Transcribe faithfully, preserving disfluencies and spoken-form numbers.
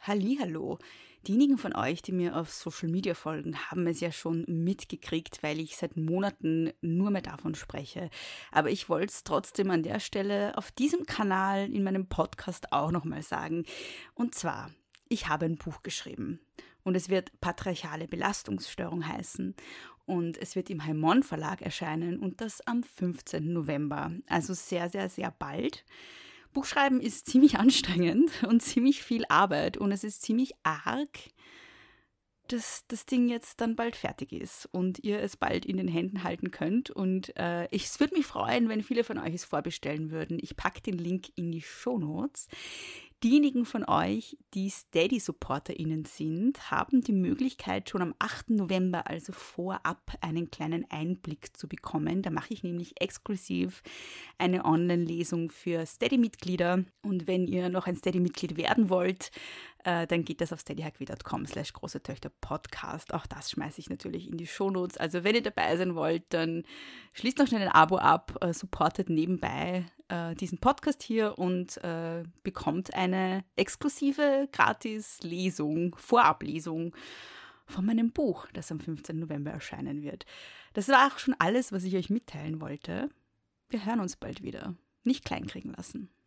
Hallihallo. Diejenigen von euch, die mir auf Social Media folgen, haben es ja schon mitgekriegt, weil ich seit Monaten nur mehr davon spreche. Aber ich wollte es trotzdem an der Stelle auf diesem Kanal in meinem Podcast auch nochmal sagen. Und zwar, ich habe ein Buch geschrieben und es wird Patriarchale Belastungsstörung heißen. Und es wird im Haimon Verlag erscheinen und das am fünfzehnten November, also sehr, sehr, sehr bald. Buchschreiben ist ziemlich anstrengend und ziemlich viel Arbeit und es ist ziemlich arg, dass das Ding jetzt dann bald fertig ist und ihr es bald in den Händen halten könnt. Und äh, ich, es würde mich freuen, wenn viele von euch es vorbestellen würden. Ich packe den Link in die Shownotes. Diejenigen von euch, die Steady-SupporterInnen sind, haben die Möglichkeit, schon am achten November, also vorab, einen kleinen Einblick zu bekommen. Da mache ich nämlich exklusiv eine Online-Lesung für Steady-Mitglieder. Und wenn ihr noch ein Steady-Mitglied werden wollt, äh, dann geht das auf steadyhq.com slash große Töchter Podcast. Auch das schmeiße ich natürlich in die Shownotes. Also wenn ihr dabei sein wollt, dann schließt noch schnell ein Abo ab, äh, supportet nebenbei äh, diesen Podcast hier und äh, bekommt eine exklusive Gratis-Lesung, Vorablesung von meinem Buch, das am fünfzehnten November erscheinen wird. Das war auch schon alles, was ich euch mitteilen wollte. Wir hören uns bald wieder. Nicht kleinkriegen lassen.